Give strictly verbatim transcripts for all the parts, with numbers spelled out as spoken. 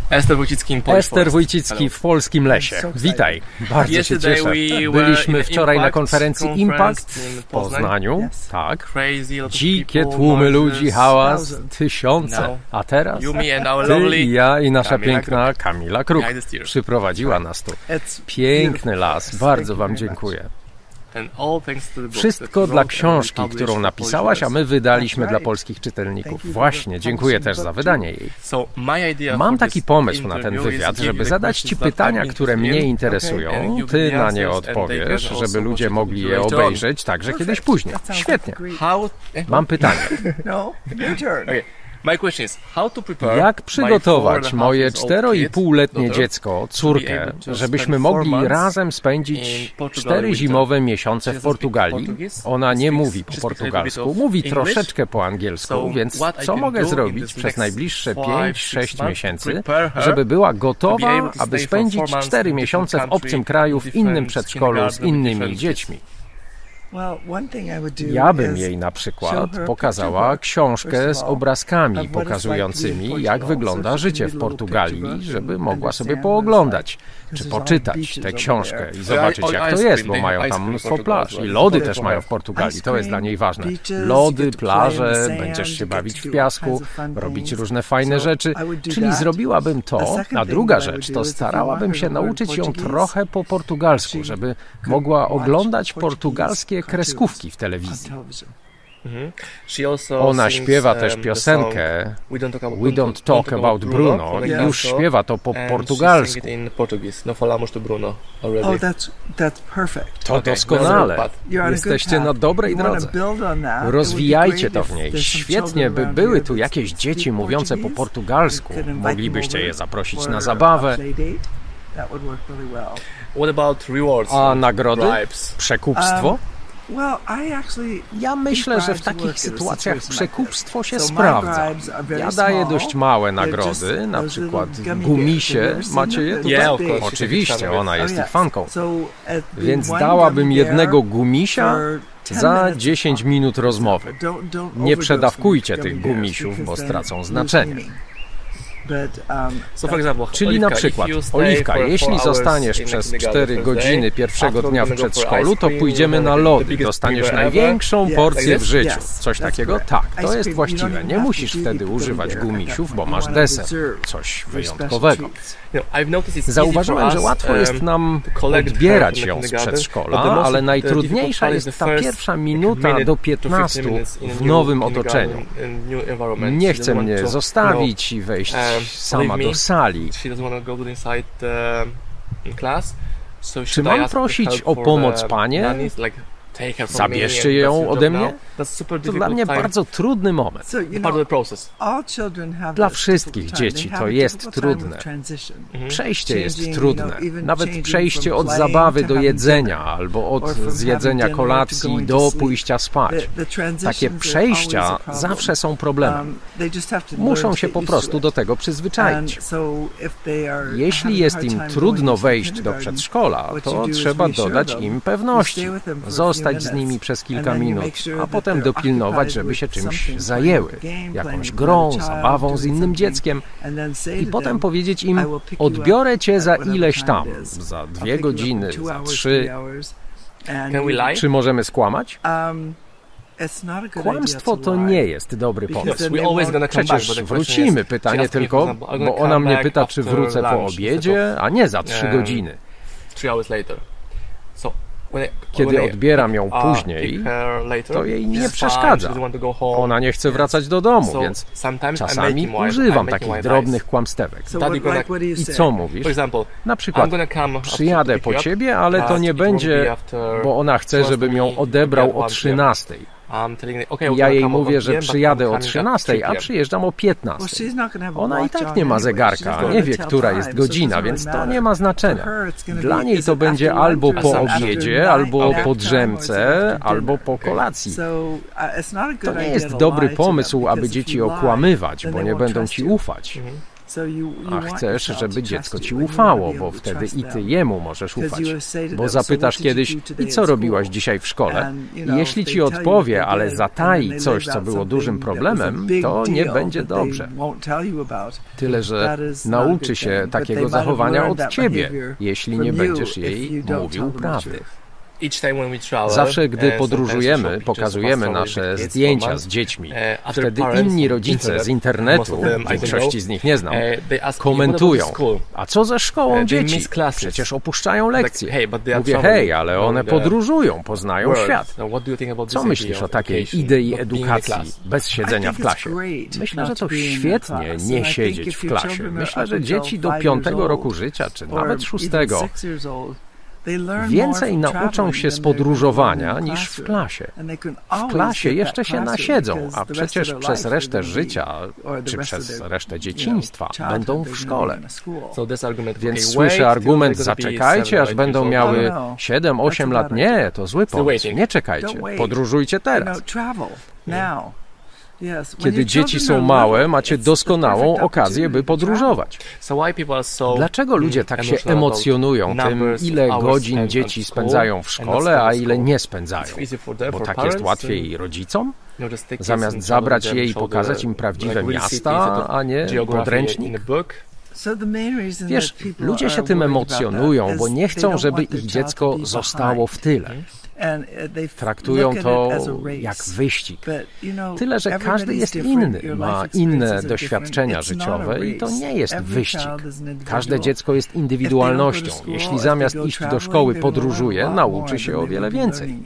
Ester Wójcicki, Ester Wójcicki w Polskim Lesie. Witaj, bardzo się cieszę. Byliśmy wczoraj na konferencji Impact w Poznaniu. Tak. Dzikie tłumy ludzi, hałas, tysiące. A teraz ty i ja i nasza piękna Kamila Kruk przyprowadziła nas tu. Piękny las, bardzo wam dziękuję. Wszystko dla książki, którą napisałaś, a my wydaliśmy dla polskich czytelników. Właśnie, dziękuję też za wydanie jej. Mam taki pomysł na ten wywiad, żeby zadać ci pytania, które mnie interesują. Ty na nie odpowiesz, żeby ludzie mogli je obejrzeć także kiedyś później. Świetnie. Mam pytanie. Jak przygotować moje cztero i półletnie dziecko, córkę, żebyśmy mogli razem spędzić cztery zimowe miesiące w Portugalii? Ona nie mówi po portugalsku, mówi troszeczkę po angielsku, więc co mogę zrobić przez najbliższe pięć sześć miesięcy, żeby była gotowa, aby spędzić cztery miesiące w obcym kraju, w innym przedszkolu z innymi dziećmi? Ja bym jej na przykład pokazała książkę z obrazkami pokazującymi, jak wygląda życie w Portugalii, żeby mogła sobie pooglądać, czy poczytać tę książkę i zobaczyć, jak to jest, bo mają tam mnóstwo plaż i lody też mają w Portugalii, to jest dla niej ważne. Lody, plaże, będziesz się bawić w piasku, robić różne fajne rzeczy, czyli zrobiłabym to, a druga rzecz, to starałabym się nauczyć ją trochę po portugalsku, żeby mogła oglądać portugalskie kreskówki w telewizji. Ona śpiewa też piosenkę We Don't Talk About Bruno i już śpiewa to po portugalsku. To doskonale. Jesteście na dobrej drodze. Rozwijajcie to w niej. Świetnie by były tu jakieś dzieci mówiące po portugalsku. Moglibyście je zaprosić na zabawę. A nagrody? Przekupstwo? Ja myślę, że w takich sytuacjach przekupstwo się sprawdza. Ja daję dość małe nagrody, na przykład gumisie. Macie je tutaj? Oczywiście, ona jest ich fanką. Więc dałabym jednego gumisia za dziesięć minut rozmowy. Nie przedawkujcie tych gumisiów, bo stracą znaczenie. Czyli na przykład, Oliwka, jeśli zostaniesz przez cztery godziny pierwszego dnia w przedszkolu, to pójdziemy na lody, dostaniesz największą porcję w życiu. Coś takiego? Tak, to jest właściwe. Nie musisz wtedy używać gumisiów, bo masz deser. Coś wyjątkowego. Zauważyłem, że łatwo jest nam odbierać ją z przedszkola, ale najtrudniejsza jest ta pierwsza minuta do piętnastu w nowym otoczeniu. Nie chce mnie zostawić i wejść sama do sali. Czy mam prosić o pomoc panie? Zabierzcie ją ode mnie? To dla mnie bardzo trudny moment. Dla wszystkich dzieci to jest trudne. Przejście jest trudne. Nawet przejście od zabawy do jedzenia albo od zjedzenia kolacji do pójścia spać. Takie przejścia zawsze są problemem. Muszą się po prostu do tego przyzwyczaić. Jeśli jest im trudno wejść do przedszkola, to trzeba dodać im pewności. Zostać z nimi przez kilka minut, a potem dopilnować, żeby się czymś zajęły, jakąś grą, zabawą z innym dzieckiem i potem powiedzieć im, odbiorę cię za ileś tam, za dwie godziny, za trzy. Czy możemy skłamać? Kłamstwo to nie jest dobry pomysł. Przecież wrócimy, pytanie tylko, bo ona mnie pyta, czy wrócę po obiedzie, a nie za trzy godziny. Kiedy odbieram ją później, to jej nie przeszkadza. Ona nie chce wracać do domu, więc czasami używam takich drobnych kłamstewek. I co mówisz? Na przykład, przyjadę po ciebie, ale to nie będzie, bo ona chce, żebym ją odebrał o trzynastej. Ja jej mówię, że przyjadę o trzynastej, a przyjeżdżam o piętnastej. Ona i tak nie ma zegarka, nie wie, która jest godzina, więc to nie ma znaczenia. Dla niej to będzie albo po obiedzie, albo po drzemce, albo po kolacji. To nie jest dobry pomysł, aby dzieci okłamywać, bo nie będą ci ufać. A chcesz, żeby dziecko ci ufało, bo wtedy i ty jemu możesz ufać. Bo zapytasz kiedyś, i co robiłaś dzisiaj w szkole? I jeśli ci odpowie, ale zatai coś, co było dużym problemem, to nie będzie dobrze. Tyle, że nauczy się takiego zachowania od ciebie, jeśli nie będziesz jej mówił prawdy. Zawsze, gdy podróżujemy, pokazujemy nasze zdjęcia z dziećmi. Wtedy inni rodzice z internetu, większości z nich nie znam, komentują, a co ze szkołą dzieci? Przecież opuszczają lekcje. Mówię, hej, ale one podróżują, poznają świat. Co myślisz o takiej idei edukacji bez siedzenia w klasie? Myślę, że to świetnie nie siedzieć w klasie. Myślę, że dzieci do piątego roku życia, czy nawet szóstego, więcej nauczą się z podróżowania niż w klasie. W klasie jeszcze się nasiedzą, a przecież przez resztę życia, czy przez resztę dzieciństwa będą w szkole. Więc słyszę argument, zaczekajcie, aż będą miały siedem osiem lat. Nie, to zły pomysł. Nie czekajcie, podróżujcie teraz. Kiedy dzieci są małe, macie doskonałą okazję, by podróżować. Dlaczego ludzie tak się emocjonują tym, ile godzin dzieci spędzają w szkole, a ile nie spędzają? Bo tak jest łatwiej rodzicom? Zamiast zabrać je i pokazać im prawdziwe miasta, a nie podręcznik? Wiesz, ludzie się tym emocjonują, bo nie chcą, żeby ich dziecko zostało w tyle. Traktują to jak wyścig. Tyle, że każdy jest inny, ma inne doświadczenia życiowe i to nie jest wyścig. Każde dziecko jest indywidualnością. Jeśli zamiast iść do szkoły podróżuje, nauczy się o wiele więcej.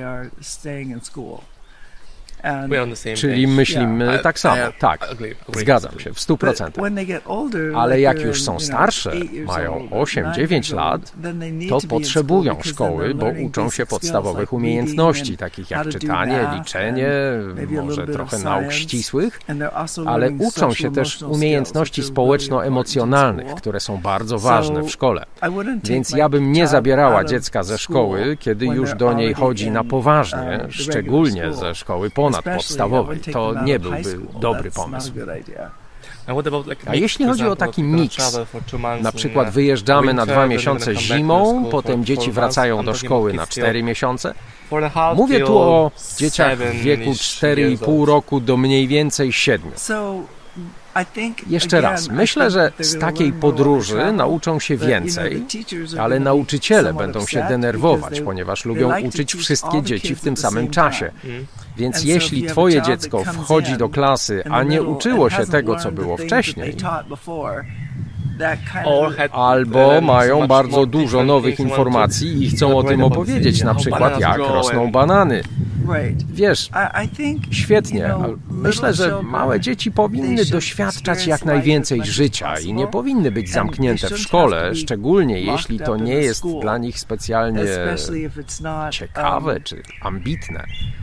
Czyli myślimy tak samo. Tak, zgadzam się, w stu procentach. Ale jak już są starsze, mają osiem dziewięć lat, to potrzebują szkoły, bo uczą się podstawowych umiejętności, takich jak czytanie, liczenie, może trochę nauk ścisłych, ale uczą się też umiejętności społeczno-emocjonalnych, które są bardzo ważne w szkole. Więc ja bym nie zabierała dziecka ze szkoły, kiedy już do niej chodzi na poważnie, szczególnie ze szkoły ponadpodstawowej. To nie byłby dobry pomysł. A jeśli chodzi o taki miks, na przykład wyjeżdżamy na dwa miesiące zimą, potem dzieci wracają do szkoły na cztery miesiące. Mówię tu o dzieciach w wieku cztery i pół roku do mniej więcej siedmiu. Jeszcze raz, myślę, że z takiej podróży nauczą się więcej, ale nauczyciele będą się denerwować, ponieważ lubią uczyć wszystkie dzieci w tym samym czasie. Więc jeśli twoje dziecko wchodzi do klasy, a nie uczyło się tego, co było wcześniej, albo mają bardzo dużo nowych informacji i chcą o tym opowiedzieć, na przykład jak rosną banany. Wiesz, świetnie. Myślę, że małe dzieci powinny doświadczać jak najwięcej życia i nie powinny być zamknięte w szkole, szczególnie jeśli to nie jest dla nich specjalnie ciekawe czy ambitne.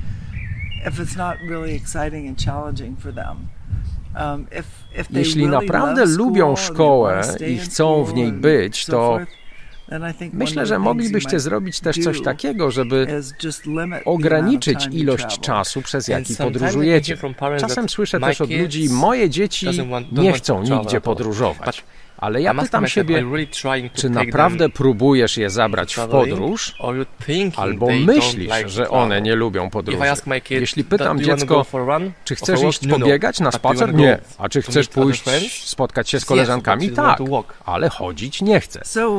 Jeśli naprawdę lubią szkołę i chcą w niej być, to myślę, że moglibyście zrobić też coś takiego, żeby ograniczyć ilość czasu, przez jaki podróżujecie. Czasem słyszę też od ludzi, moje dzieci nie chcą nigdzie podróżować. Ale ja pytam siebie, czy naprawdę próbujesz je zabrać w podróż, albo myślisz, że one nie lubią podróży. Jeśli pytam dziecko, czy chcesz iść pobiegać na spacer? Nie. A czy chcesz pójść spotkać się z koleżankami? Tak. Ale chodzić nie chcę.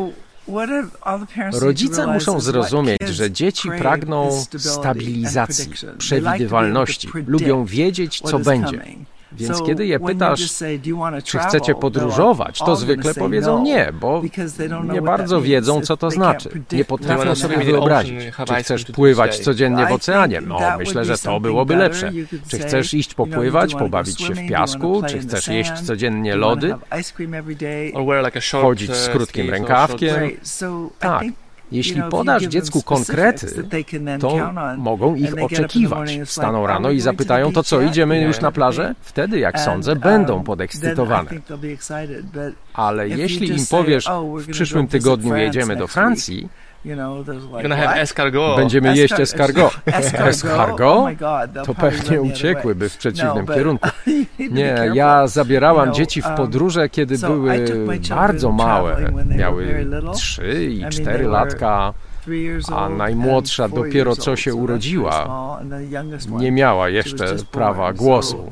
Rodzice muszą zrozumieć, że dzieci pragną stabilizacji, przewidywalności, lubią wiedzieć, co będzie. Więc kiedy je pytasz, czy chcecie podróżować, to zwykle powiedzą nie, bo nie bardzo wiedzą, co to znaczy. Nie potrafią sobie wyobrazić, czy chcesz pływać codziennie w oceanie. No, myślę, że to byłoby lepsze. Czy chcesz iść popływać, pobawić się w piasku, czy chcesz jeść codziennie lody, chodzić z krótkim rękawkiem. Tak. Jeśli podasz dziecku konkrety, to mogą ich oczekiwać. Wstaną rano i zapytają, to co, idziemy już na plażę? Wtedy, jak sądzę, będą podekscytowane. Ale jeśli im powiesz, w przyszłym tygodniu jedziemy do Francji, Będziemy jeść escargot. Escargot? To pewnie uciekłyby w przeciwnym kierunku. Nie, ja zabierałam dzieci w podróże, kiedy były bardzo małe. Miały trzy i cztery latka, a najmłodsza dopiero co się urodziła. Nie miała jeszcze prawa głosu.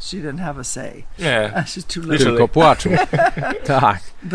Nie, tylko płaczu. Tak.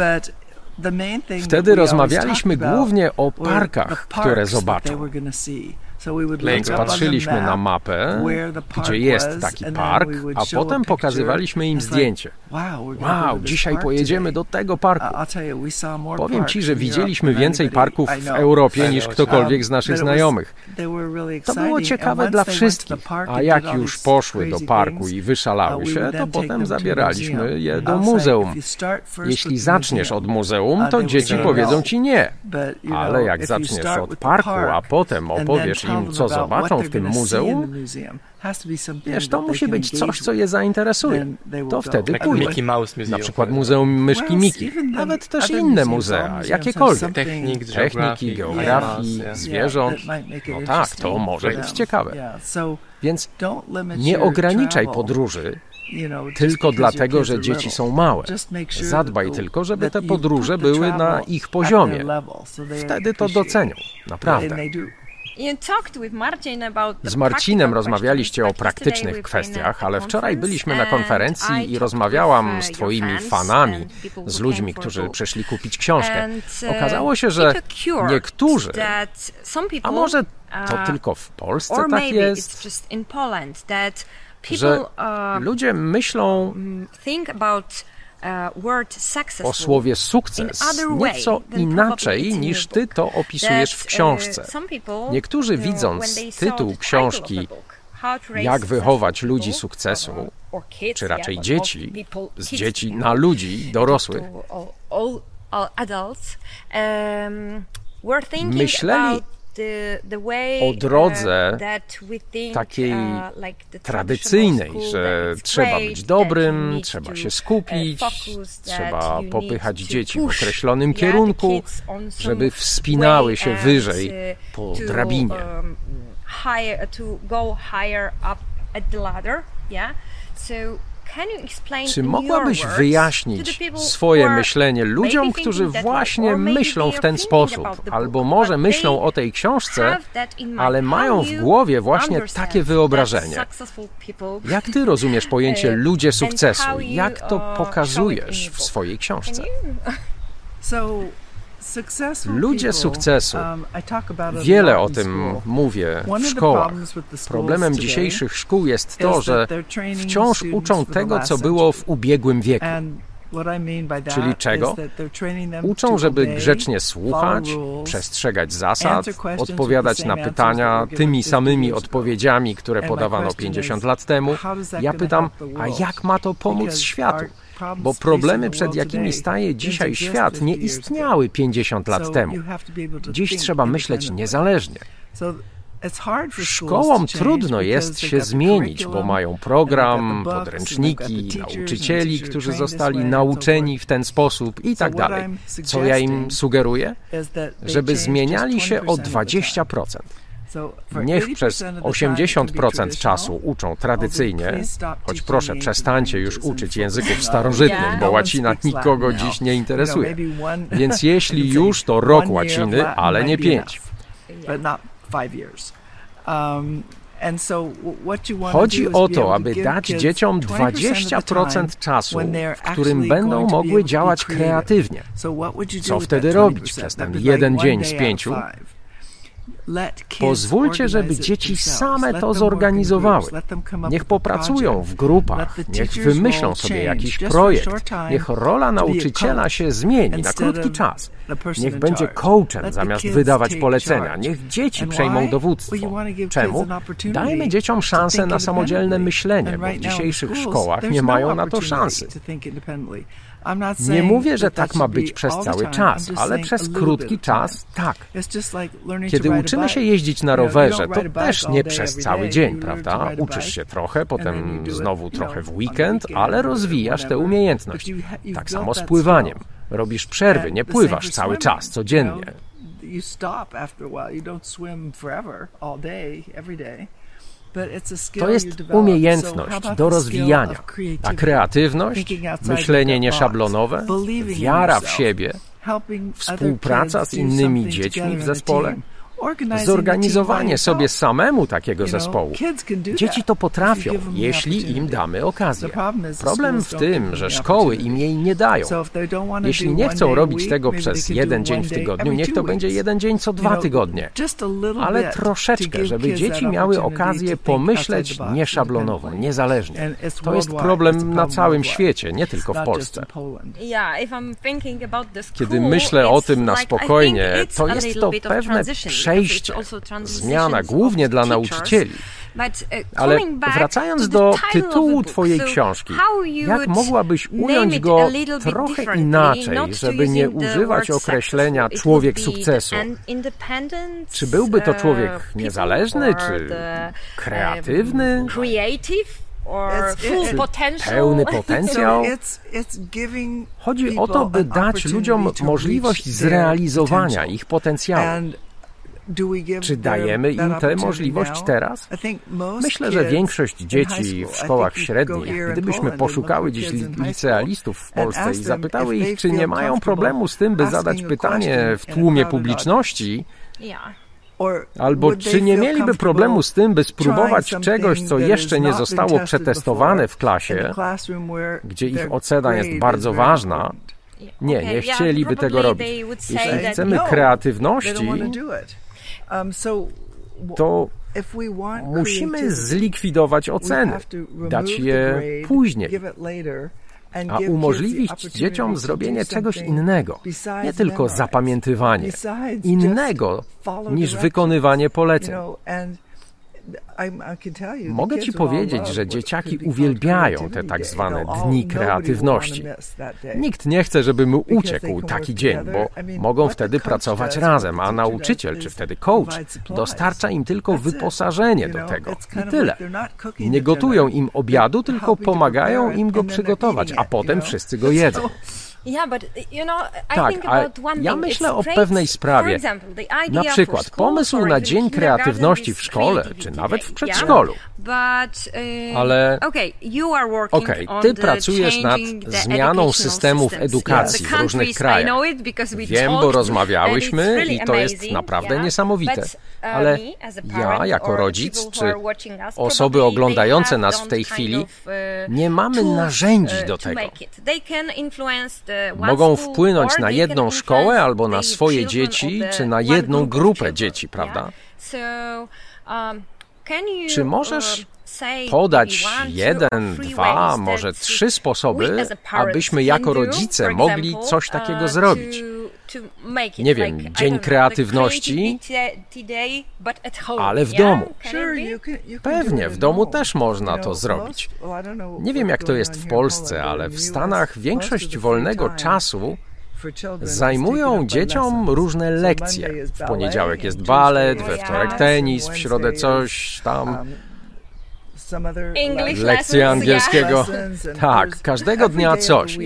Wtedy rozmawialiśmy głównie o parkach, które zobaczą. Więc patrzyliśmy na mapę, gdzie jest taki park, a potem pokazywaliśmy im zdjęcie. Wow, dzisiaj pojedziemy do tego parku. Powiem Ci, że widzieliśmy więcej parków w Europie niż ktokolwiek z naszych znajomych. To było ciekawe dla wszystkich, a jak już poszły do parku i wyszalały się, to potem zabieraliśmy je do muzeum. Jeśli zaczniesz od muzeum, to dzieci powiedzą Ci nie, ale jak zaczniesz od parku, a potem opowiesz im, co zobaczą w tym muzeum, wiesz, to musi być coś, co je zainteresuje. To wtedy pójdą. Na przykład Muzeum Myszki Miki. Nawet też inne muzea, jakiekolwiek. Technik, Techniki, geografii, zwierząt. No tak, to może być ciekawe. Więc nie ograniczaj podróży tylko dlatego, że dzieci są małe. Zadbaj tylko, żeby te podróże były na ich poziomie. Wtedy to docenią. Naprawdę. Z Marcinem rozmawialiście o praktycznych kwestiach, ale wczoraj byliśmy na konferencji i rozmawiałam z Twoimi fanami, z ludźmi, którzy przyszli kupić książkę. Okazało się, że niektórzy, a może to tylko w Polsce tak jest, że ludzie myślą o słowie sukces nieco inaczej niż ty to opisujesz w książce. Niektórzy, widząc tytuł książki Jak wychować ludzi sukcesu, czy raczej dzieci, z dzieci na ludzi dorosłych, myśleli o drodze takiej tradycyjnej, że trzeba być dobrym, trzeba się skupić, trzeba popychać dzieci w określonym kierunku, żeby wspinały się wyżej po drabinie. Czy mogłabyś wyjaśnić swoje myślenie ludziom, którzy właśnie myślą w ten sposób, albo może myślą o tej książce, ale mają w głowie właśnie takie wyobrażenie? Jak ty rozumiesz pojęcie ludzie sukcesu? Jak to pokazujesz w swojej książce? Ludzie sukcesu. Wiele o tym mówię w szkołach. Problemem dzisiejszych szkół jest to, że wciąż uczą tego, co było w ubiegłym wieku. Czyli czego? Uczą, żeby grzecznie słuchać, przestrzegać zasad, odpowiadać na pytania tymi samymi odpowiedziami, które podawano pięćdziesiąt lat temu. Ja pytam, a jak ma to pomóc światu? Bo problemy, przed jakimi staje dzisiaj świat, nie istniały pięćdziesiąt lat temu. Dziś trzeba myśleć niezależnie. Szkołom trudno jest się zmienić, bo mają program, podręczniki, nauczycieli, którzy zostali nauczeni w ten sposób i tak dalej. Co ja im sugeruję? Żeby zmieniali się o dwadzieścia procent. Niech przez osiemdziesiąt procent czasu uczą tradycyjnie, choć proszę, przestańcie już uczyć języków starożytnych, bo łacina nikogo dziś nie interesuje. Więc jeśli już, to rok łaciny, ale nie pięć. Chodzi o to, aby dać dzieciom dwadzieścia procent czasu, w którym będą mogły działać kreatywnie. Co wtedy robić przez ten jeden dzień z pięciu? Pozwólcie, żeby dzieci same to zorganizowały. Niech popracują w grupach, niech wymyślą sobie jakiś projekt, niech rola nauczyciela się zmieni na krótki czas. Niech będzie coachem zamiast wydawać polecenia, niech dzieci przejmą dowództwo. Czemu? Dajmy dzieciom szansę na samodzielne myślenie, bo w dzisiejszych szkołach nie mają na to szansy. Nie mówię, że tak ma być przez cały czas, ale przez krótki czas tak. Kiedy uczymy się jeździć na rowerze, to też nie przez cały dzień, prawda? Uczysz się trochę, potem znowu trochę w weekend, ale rozwijasz tę umiejętność. Tak samo z pływaniem. Robisz przerwy, nie pływasz cały czas, codziennie. To jest umiejętność do rozwijania, a kreatywność, myślenie nieszablonowe, wiara w siebie, współpraca z innymi dziećmi w zespole, zorganizowanie sobie samemu takiego zespołu. Dzieci to potrafią, jeśli im damy okazję. Problem w tym, że szkoły im jej nie dają. Jeśli nie chcą robić tego przez jeden dzień w tygodniu, niech to będzie jeden dzień co dwa tygodnie. Ale troszeczkę, żeby dzieci miały okazję pomyśleć nieszablonowo, niezależnie. To jest problem na całym świecie, nie tylko w Polsce. Kiedy myślę o tym na spokojnie, to jest to pewne przejście, zmiana głównie dla nauczycieli. Ale wracając do tytułu twojej książki, jak mogłabyś ująć go trochę inaczej, żeby nie używać określenia człowiek sukcesu? Czy byłby to człowiek niezależny, czy kreatywny? Pełny potencjał? Chodzi o to, by dać ludziom możliwość zrealizowania ich potencjału. Czy dajemy im tę możliwość teraz? Myślę, że większość dzieci w szkołach średnich, gdybyśmy poszukały dziś licealistów w Polsce i zapytały ich, czy nie mają problemu z tym, by zadać pytanie w tłumie publiczności, albo czy nie mieliby problemu z tym, by spróbować czegoś, co jeszcze nie zostało przetestowane w klasie, gdzie ich ocena jest bardzo ważna, nie, nie chcieliby tego robić. Jeśli chcemy kreatywności, to musimy zlikwidować oceny, dać je później, a umożliwić dzieciom zrobienie czegoś innego, nie tylko zapamiętywanie, innego niż wykonywanie poleceń. Mogę ci powiedzieć, że dzieciaki uwielbiają te tak zwane dni kreatywności. Nikt nie chce, żeby mu uciekł taki dzień, bo mogą wtedy pracować razem, a nauczyciel, czy wtedy coach, dostarcza im tylko wyposażenie do tego. I tyle. Nie gotują im obiadu, tylko pomagają im go przygotować, a potem wszyscy go jedzą. Tak, a ja myślę o pewnej sprawie. Na przykład pomysł na Dzień Kreatywności w szkole, czy nawet w przedszkolu. Ale okej, ty pracujesz nad zmianą systemów edukacji w różnych krajach. Wiem, bo rozmawiałyśmy i to jest naprawdę niesamowite. Ale ja, jako rodzic, czy osoby oglądające nas w tej chwili, nie mamy narzędzi do tego. Mogą wpłynąć na jedną szkołę, albo na swoje dzieci, czy na jedną grupę dzieci, prawda? Czy możesz podać jeden, dwa, może trzy sposoby, abyśmy jako rodzice mogli coś takiego zrobić? Nie wiem, Dzień Kreatywności, ale w domu. Pewnie, w domu też można to zrobić. Nie wiem, jak to jest w Polsce, ale w Stanach większość wolnego czasu zajmują dzieciom różne lekcje. W poniedziałek jest balet, we wtorek tenis, w środę coś tam. Lekcje angielskiego. Tak, każdego dnia coś.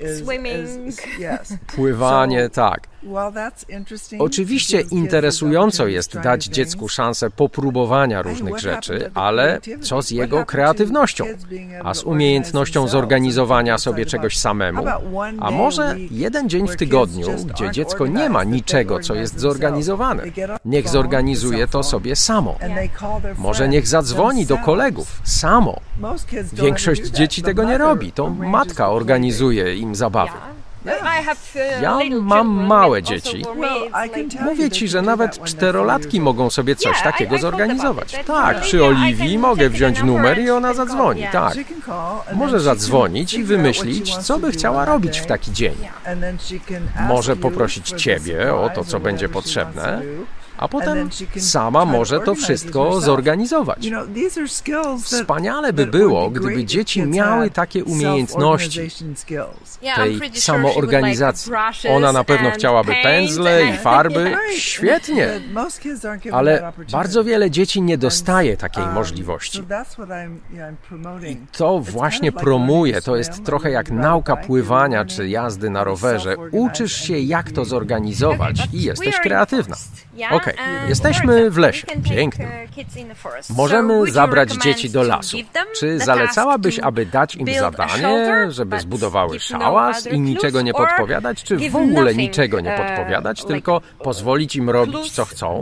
Pływanie, tak. Oczywiście interesująco jest dać dziecku szansę popróbowania różnych rzeczy, ale co z jego kreatywnością? A z umiejętnością zorganizowania sobie czegoś samemu? A może jeden dzień w tygodniu, gdzie dziecko nie ma niczego, co jest zorganizowane? Niech zorganizuje to sobie samo. Może niech zadzwoni do kolegów samo. Większość dzieci tego nie robi. To matka organizuje im zabawy. Ja mam małe dzieci. Mówię ci, że nawet czterolatki mogą sobie coś takiego zorganizować. Tak, przy Oliwii mogę wziąć numer i ona zadzwoni. Tak. Może zadzwonić i wymyślić, co by chciała robić w taki dzień. Może poprosić ciebie o to, co będzie potrzebne. a potem sama może to wszystko zorganizować. Wspaniale by było, gdyby dzieci miały takie umiejętności tej samoorganizacji. Ona na pewno chciałaby pędzle i farby. Świetnie! Ale bardzo wiele dzieci nie dostaje takiej możliwości. I to właśnie promuję. To jest trochę jak nauka pływania czy jazdy na rowerze. Uczysz się, jak to zorganizować i jesteś kreatywna. Okej, okay. Jesteśmy w lesie. Pięknie. Możemy zabrać dzieci do lasu. Czy zalecałabyś, aby dać im zadanie, żeby zbudowały szałas i niczego nie podpowiadać, czy w ogóle niczego nie podpowiadać, tylko pozwolić im robić, co chcą?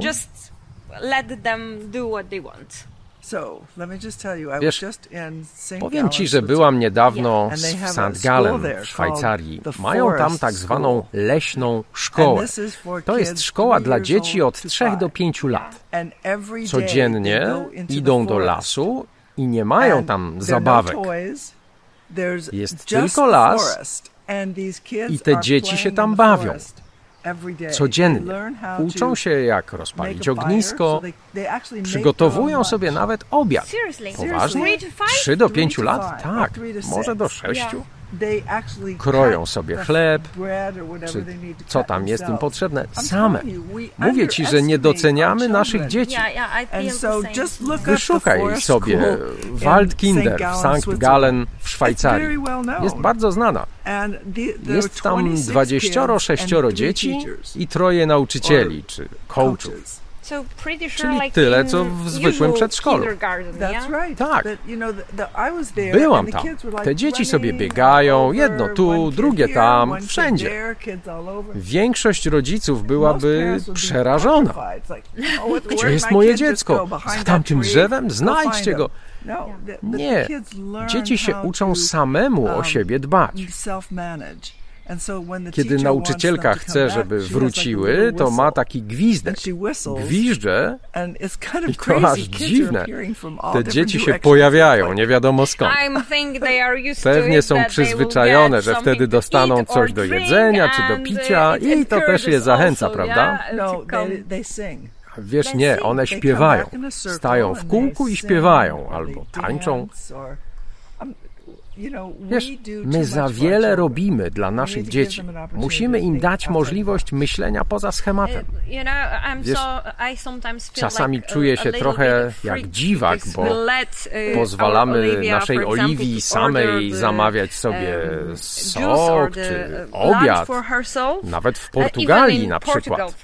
Wiesz, powiem Ci, że byłam niedawno w Sankt Gallen w Szwajcarii. Mają tam tak zwaną leśną szkołę. To jest szkoła dla dzieci od trzech do pięciu lat. Codziennie idą do lasu i nie mają tam zabawek. Jest tylko las i te dzieci się tam bawią. Codziennie uczą się, jak rozpalić ognisko, przygotowują sobie nawet obiad. Poważnie? trzy do pięciu lat? Tak, może do sześciu. Kroją sobie chleb, czy co tam jest im potrzebne, same. Mówię Ci, że nie doceniamy naszych dzieci. Wyszukaj sobie Waldkinder w Sankt Gallen w Szwajcarii. Jest bardzo znana. Jest tam dwadzieścia sześć dzieci i troje nauczycieli, czy coachów. Czyli tyle, co w zwykłym przedszkolu. Tak. Byłam tam. Te dzieci sobie biegają, jedno tu, drugie tam, wszędzie. Większość rodziców byłaby przerażona. Gdzie jest moje dziecko? Za tamtym drzewem? Znajdźcie go. Nie. Dzieci się uczą samemu o siebie dbać. Kiedy nauczycielka chce, żeby wróciły, to ma taki gwizdek. Gwizdże i to aż dziwne. Te dzieci się pojawiają, nie wiadomo skąd. Pewnie są przyzwyczajone, że wtedy dostaną coś do jedzenia czy do picia i to też je zachęca, prawda? Wiesz, nie, one śpiewają. Stają w kółku i śpiewają albo tańczą. Wiesz, my za wiele robimy dla naszych dzieci. Musimy im dać możliwość myślenia poza schematem. Wiesz, czasami czuję się trochę jak dziwak, bo pozwalamy naszej Oliwii samej zamawiać sobie sok czy obiad, nawet w Portugalii na przykład.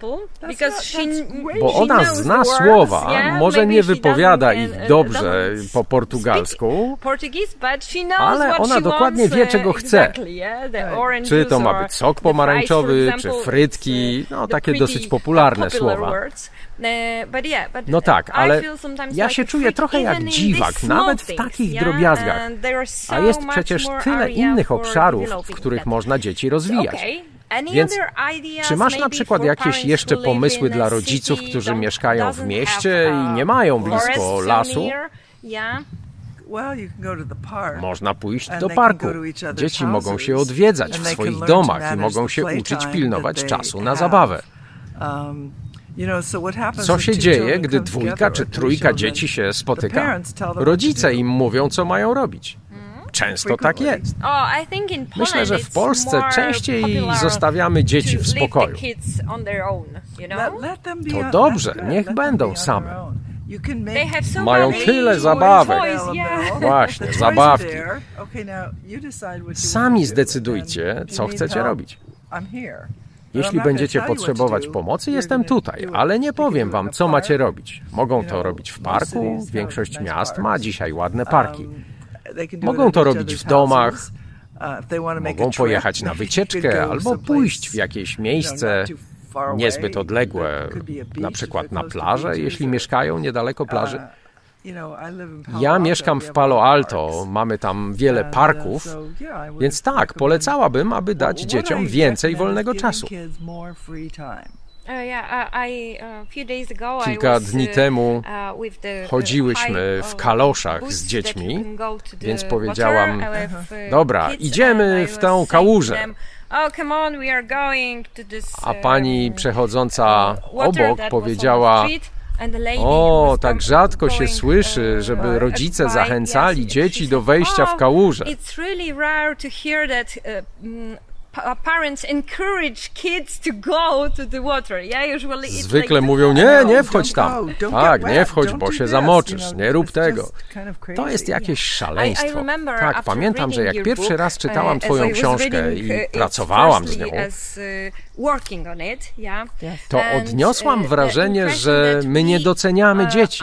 Bo ona zna słowa, może nie wypowiada ich dobrze po portugalsku, ale ona dokładnie wie, czego chce. Czy to ma być sok pomarańczowy, czy frytki, no takie dosyć popularne słowa. No tak, ale ja się czuję trochę jak dziwak, nawet w takich drobiazgach. A jest przecież tyle innych obszarów, w których można dzieci rozwijać. Więc czy masz na przykład jakieś jeszcze pomysły dla rodziców, którzy mieszkają w mieście i nie mają blisko lasu? Można pójść do parku. Dzieci mogą się odwiedzać w swoich domach i mogą się uczyć pilnować czasu na zabawę. Co się dzieje, gdy dwójka czy trójka dzieci się spotyka? Rodzice im mówią, co mają robić. Często tak jest. Myślę, że w Polsce częściej zostawiamy dzieci w spokoju. To dobrze, niech będą same. Mają tyle zabawek. Właśnie, zabawki. Sami zdecydujcie, co chcecie robić. Jeśli będziecie potrzebować pomocy, jestem tutaj, ale nie powiem wam, co macie robić. Mogą to robić w parku, większość miast ma dzisiaj ładne parki. Mogą to robić w domach, mogą pojechać na wycieczkę albo pójść w jakieś miejsce niezbyt odległe, na przykład na plażę, jeśli mieszkają niedaleko plaży. Ja mieszkam w Palo Alto, mamy tam wiele parków, więc tak, polecałabym, aby dać dzieciom więcej wolnego czasu. Kilka dni temu chodziłyśmy w kaloszach z dziećmi, więc powiedziałam, dobra, idziemy w tę kałużę. A pani przechodząca obok powiedziała, o, tak rzadko się słyszy, żeby rodzice zachęcali dzieci do wejścia w kałużę. Zwykle mówią, nie, nie wchodź tam. Tak, nie wchodź, bo się zamoczysz, nie rób tego. To jest jakieś szaleństwo. Tak, pamiętam, że jak pierwszy raz czytałam twoją książkę i pracowałam z nią, to odniosłam wrażenie, że my nie doceniamy dzieci.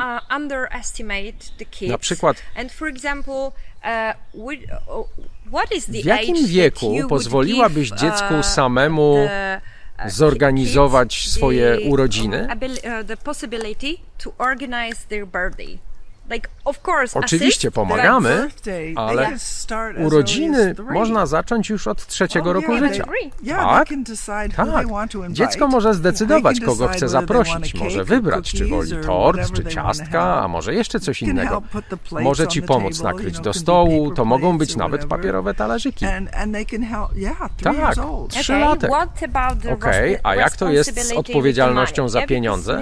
Na przykład, w jakim wieku pozwoliłabyś dziecku samemu zorganizować swoje urodziny? Oczywiście pomagamy, ale urodziny można zacząć już od trzeciego roku życia. Tak? Tak. Dziecko może zdecydować, kogo chce zaprosić. Może wybrać, czy woli tort, czy ciastka, a może jeszcze coś innego. Może ci pomóc nakryć do stołu, to mogą być nawet papierowe talerzyki. Tak, trzylatek. Okej, a jak to jest z odpowiedzialnością za pieniądze?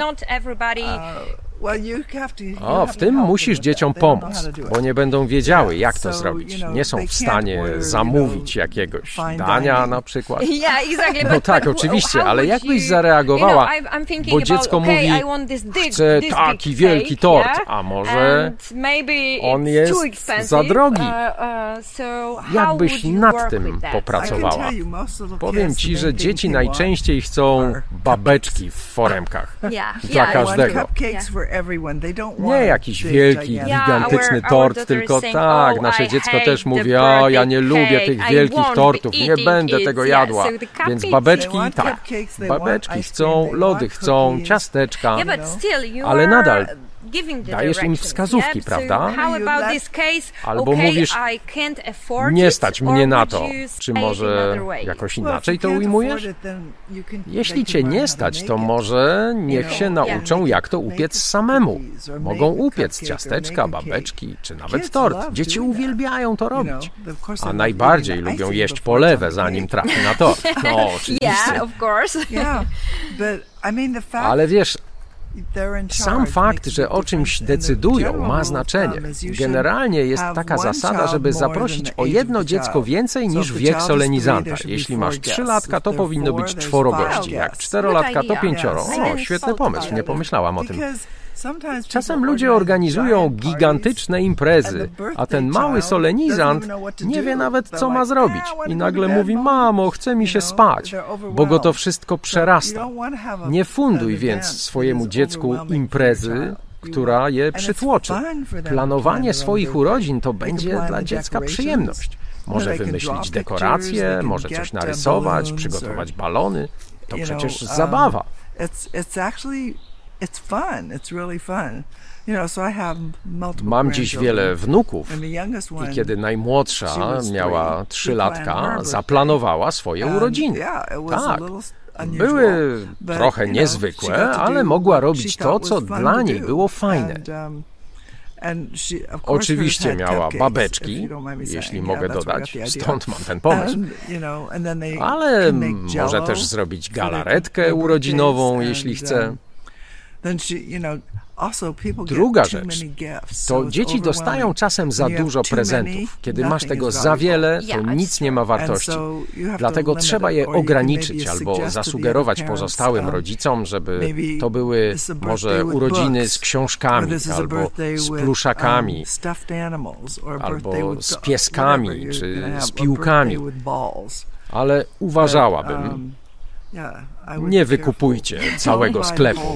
O, w tym musisz dzieciom pomóc, bo nie będą wiedziały, jak to zrobić. Nie są w stanie zamówić jakiegoś dania na przykład. No tak, oczywiście, ale jak byś zareagowała, bo dziecko mówi, chce taki wielki tort, a może on jest za drogi. Jak byś nad tym popracowała? Powiem ci, że dzieci najczęściej chcą babeczki w foremkach. Dla każdego. Nie jakiś wielki, gigantyczny tort, tylko tak, nasze dziecko też mówi, o, ja nie lubię tych wielkich tortów, nie będę tego jadła. Więc babeczki, tak, babeczki chcą, lody chcą, ciasteczka, ale nadal dajesz im wskazówki, prawda? Albo mówisz, nie stać mnie na to. Czy może jakoś inaczej to ujmujesz? Jeśli cię nie stać, to może niech się nauczą, jak to upiec samemu. Mogą upiec ciasteczka, babeczki, czy nawet tort. Dzieci uwielbiają to robić. A najbardziej lubią jeść polewę, zanim trafi na tort. No, oczywiście. Ale wiesz, sam fakt, że o czymś decydują, ma znaczenie. Generalnie jest taka zasada, żeby zaprosić o jedno dziecko więcej niż wiek solenizanta. Jeśli masz trzylatka, to powinno być czworo gości. Jak czterolatka, to pięcioro. O, świetny pomysł, nie pomyślałam o tym. Czasem ludzie organizują gigantyczne imprezy, a ten mały solenizant nie wie nawet, co ma zrobić. I nagle mówi, mamo, chce mi się spać, bo go to wszystko przerasta. Nie funduj więc swojemu dziecku imprezy, która je przytłoczy. Planowanie swoich urodzin to będzie dla dziecka przyjemność. Może wymyślić dekoracje, może coś narysować, przygotować balony. To przecież zabawa. Mam dziś wiele wnuków i kiedy najmłodsza miała trzy latka, zaplanowała swoje urodziny. Tak, były trochę niezwykłe, ale mogła robić to, co dla niej było fajne. Oczywiście miała babeczki, jeśli mogę dodać, stąd mam ten pomysł. Ale może też zrobić galaretkę urodzinową, jeśli chce. Druga rzecz, to dzieci dostają czasem za dużo prezentów. Kiedy masz tego za wiele, to nic nie ma wartości. Dlatego trzeba je ograniczyć albo zasugerować pozostałym rodzicom, żeby to były może urodziny z książkami, albo z pluszakami, albo z pieskami, czy z piłkami. Ale uważałabym, nie wykupujcie całego sklepu.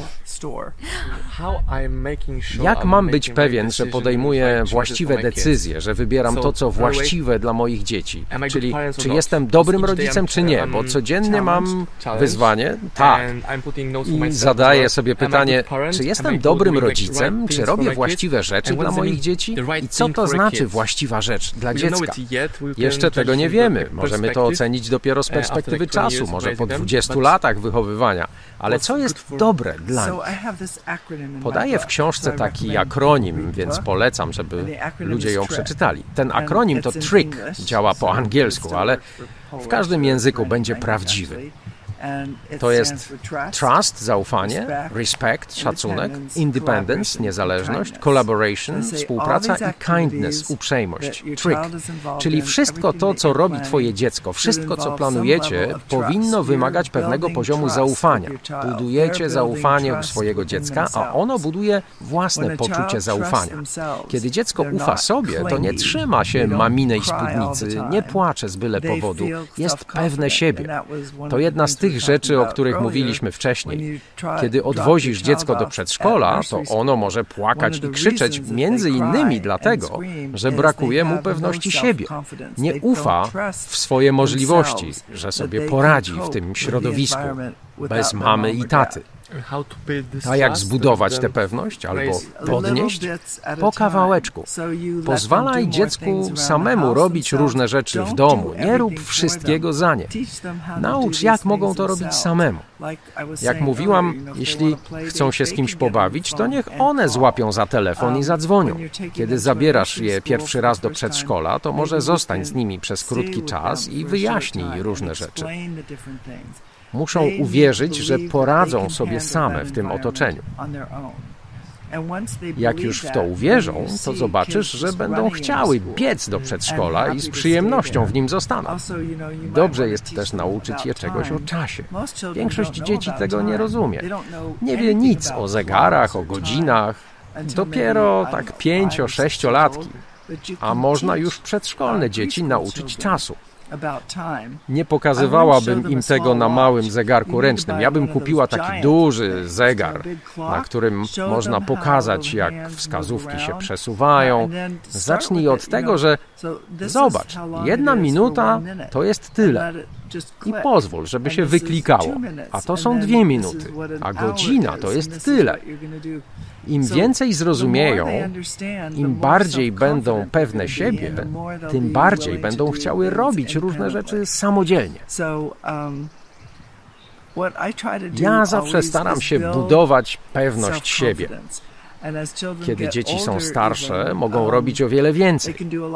Jak mam być pewien, że podejmuję właściwe decyzje, że wybieram to, co właściwe dla moich dzieci? Czyli czy jestem dobrym rodzicem, czy nie? Bo codziennie mam wyzwanie, tak. I zadaję sobie pytanie, czy jestem dobrym rodzicem, czy robię właściwe rzeczy dla moich dzieci? I co to znaczy właściwa rzecz dla dziecka? Jeszcze tego nie wiemy. Możemy to ocenić dopiero z perspektywy czasu, może po dwudziestu dwudziestu latach wychowywania. Ale co jest dobre dla nich? Podaję w książce taki akronim, więc polecam, żeby ludzie ją przeczytali. Ten akronim to TRICK, działa po angielsku, ale w każdym języku będzie prawdziwy. To jest trust, zaufanie, respect, szacunek, independence, niezależność, collaboration, współpraca i kindness, uprzejmość, trick. Czyli wszystko to, co robi Twoje dziecko, wszystko, co planujecie, powinno wymagać pewnego poziomu zaufania. Budujecie zaufanie u swojego dziecka, a ono buduje własne poczucie zaufania. Kiedy dziecko ufa sobie, to nie trzyma się maminej spódnicy, nie płacze z byle powodu, jest pewne siebie. To jedna z tych rzeczy, o których mówiliśmy wcześniej. Kiedy odwozisz dziecko do przedszkola, to ono może płakać i krzyczeć między innymi dlatego, że brakuje mu pewności siebie. Nie ufa w swoje możliwości, że sobie poradzi w tym środowisku bez mamy i taty. A jak zbudować tę pewność albo podnieść? Po kawałeczku. Pozwalaj dziecku samemu robić różne rzeczy w domu. Nie rób wszystkiego za nie. Naucz, jak mogą to robić samemu. Jak mówiłam, jeśli chcą się z kimś pobawić, to niech one złapią za telefon i zadzwonią. Kiedy zabierasz je pierwszy raz do przedszkola, to może zostań z nimi przez krótki czas i wyjaśnij różne rzeczy. Muszą uwierzyć, że poradzą sobie same w tym otoczeniu. Jak już w to uwierzą, to zobaczysz, że będą chciały biec do przedszkola i z przyjemnością w nim zostaną. Dobrze jest też nauczyć je czegoś o czasie. Większość dzieci tego nie rozumie. Nie wie nic o zegarach, o godzinach. Dopiero tak pięcio-sześciolatki. A można już przedszkolne dzieci nauczyć czasu. Nie pokazywałabym im tego na małym zegarku ręcznym. Ja bym kupiła taki duży zegar, na którym można pokazać, jak wskazówki się przesuwają. Zacznij od tego, że zobacz, jedna minuta to jest tyle. I pozwól, żeby się wyklikało. A to są dwie minuty. A godzina to jest tyle. Im więcej zrozumieją, im bardziej będą pewne siebie, tym bardziej będą chciały robić różne rzeczy samodzielnie. Ja zawsze staram się budować pewność siebie. Kiedy dzieci są starsze, mogą robić o wiele więcej.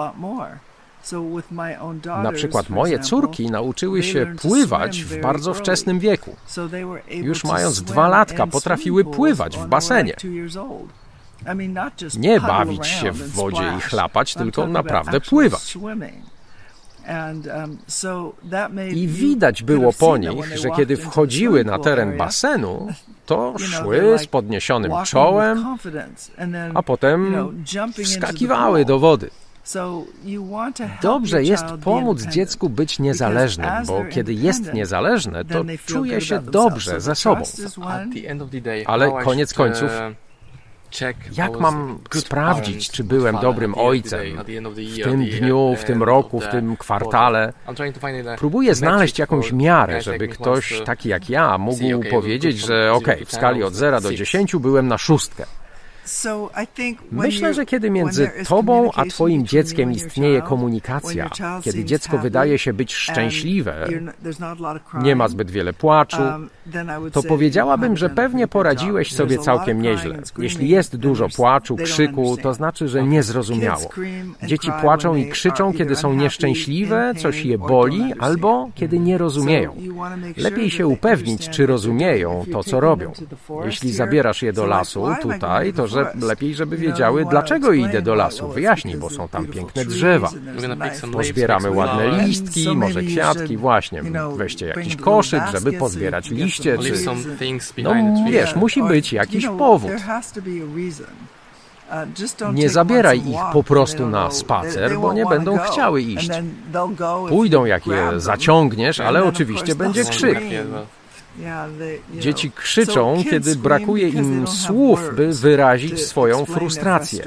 Na przykład moje córki nauczyły się pływać w bardzo wczesnym wieku. Już mając dwa latka potrafiły pływać w basenie. Nie bawić się w wodzie i chlapać, tylko naprawdę pływać. I widać było po nich, że kiedy wchodziły na teren basenu, to szły z podniesionym czołem, a potem wskakiwały do wody. Dobrze jest pomóc dziecku być niezależnym, bo kiedy jest niezależne, to czuje się dobrze ze sobą. Ale koniec końców, jak mam sprawdzić, czy byłem dobrym ojcem w tym dniu, w tym roku, w tym kwartale? Próbuję znaleźć jakąś miarę, żeby ktoś taki jak ja mógł powiedzieć, że okej, okay, w skali od zera do dziesięciu byłem na szóstkę. Myślę, że kiedy między tobą a twoim dzieckiem istnieje komunikacja, kiedy dziecko wydaje się być szczęśliwe, nie ma zbyt wiele płaczu, to powiedziałabym, że pewnie poradziłeś sobie całkiem nieźle. Jeśli jest dużo płaczu, krzyku, to znaczy, że nie zrozumiało. Dzieci płaczą i krzyczą, kiedy są nieszczęśliwe, coś je boli, albo kiedy nie rozumieją. Lepiej się upewnić, czy rozumieją to, co robią. Jeśli zabierasz je do lasu, tutaj, to że lepiej, żeby wiedziały, dlaczego idę do lasu. Wyjaśnij, bo są tam piękne drzewa. Pozbieramy ładne listki, może kwiatki, właśnie. Weźcie jakiś koszyk, żeby pozbierać liście, czy... No wiesz, musi być jakiś powód. Nie zabieraj ich po prostu na spacer, bo nie będą chciały iść. Pójdą, jak je zaciągniesz, ale oczywiście będzie krzyk. Dzieci krzyczą, kiedy brakuje im słów, by wyrazić swoją frustrację.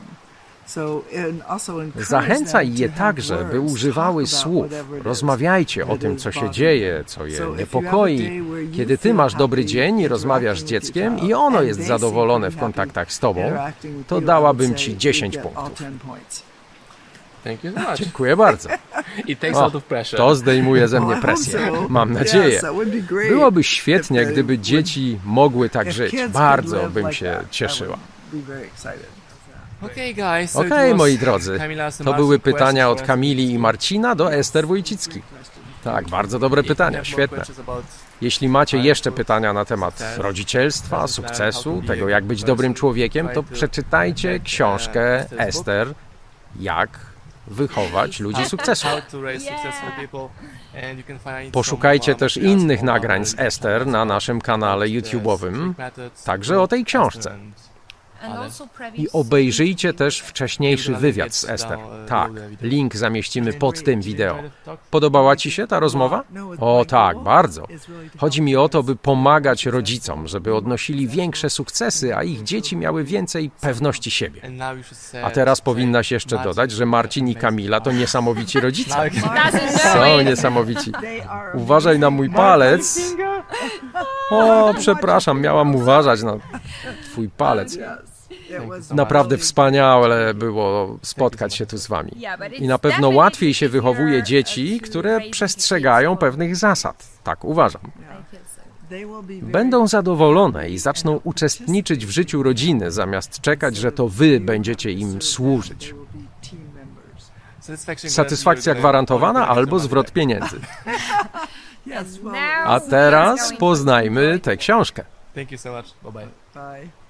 Zachęcaj je także, by używały słów. Rozmawiajcie o tym, co się dzieje, co je niepokoi. Kiedy ty masz dobry dzień i rozmawiasz z dzieckiem i ono jest zadowolone w kontaktach z tobą, to dałabym ci dziesięć punktów. Thank you so much. Dziękuję bardzo. It takes out of pressure. To zdejmuje ze mnie presję. Mam nadzieję. Byłoby świetnie, gdyby dzieci mogły tak żyć. Bardzo bym się cieszyła. Okej, okay, so okay, moi drodzy, to były pytania od Kamili i Marcina do Ester Wójcicki. Tak, bardzo dobre pytania, świetne. Jeśli macie jeszcze pytania na temat rodzicielstwa, sukcesu, tego jak być dobrym człowiekiem, to przeczytajcie książkę Ester, jak wychować ludzi sukcesu. Poszukajcie też innych nagrań z Ester na naszym kanale YouTube'owym, także o tej książce. I obejrzyjcie też wcześniejszy wywiad z Ester. Tak, link zamieścimy pod tym wideo. Podobała Ci się ta rozmowa? O tak, bardzo. Chodzi mi o to, by pomagać rodzicom, żeby odnosili większe sukcesy, a ich dzieci miały więcej pewności siebie. A teraz powinnaś jeszcze dodać, że Marcin i Kamila to niesamowici rodzice. Są niesamowici. Uważaj na mój palec. O, przepraszam, miałam uważać na twój palec. Naprawdę wspaniale było spotkać się tu z Wami. I na pewno łatwiej się wychowuje dzieci, które przestrzegają pewnych zasad. Tak uważam. Będą zadowolone i zaczną uczestniczyć w życiu rodziny, zamiast czekać, że to Wy będziecie im służyć. Satysfakcja gwarantowana albo zwrot pieniędzy. A teraz poznajmy tę książkę. Thank you so much. Bye bye. Bye.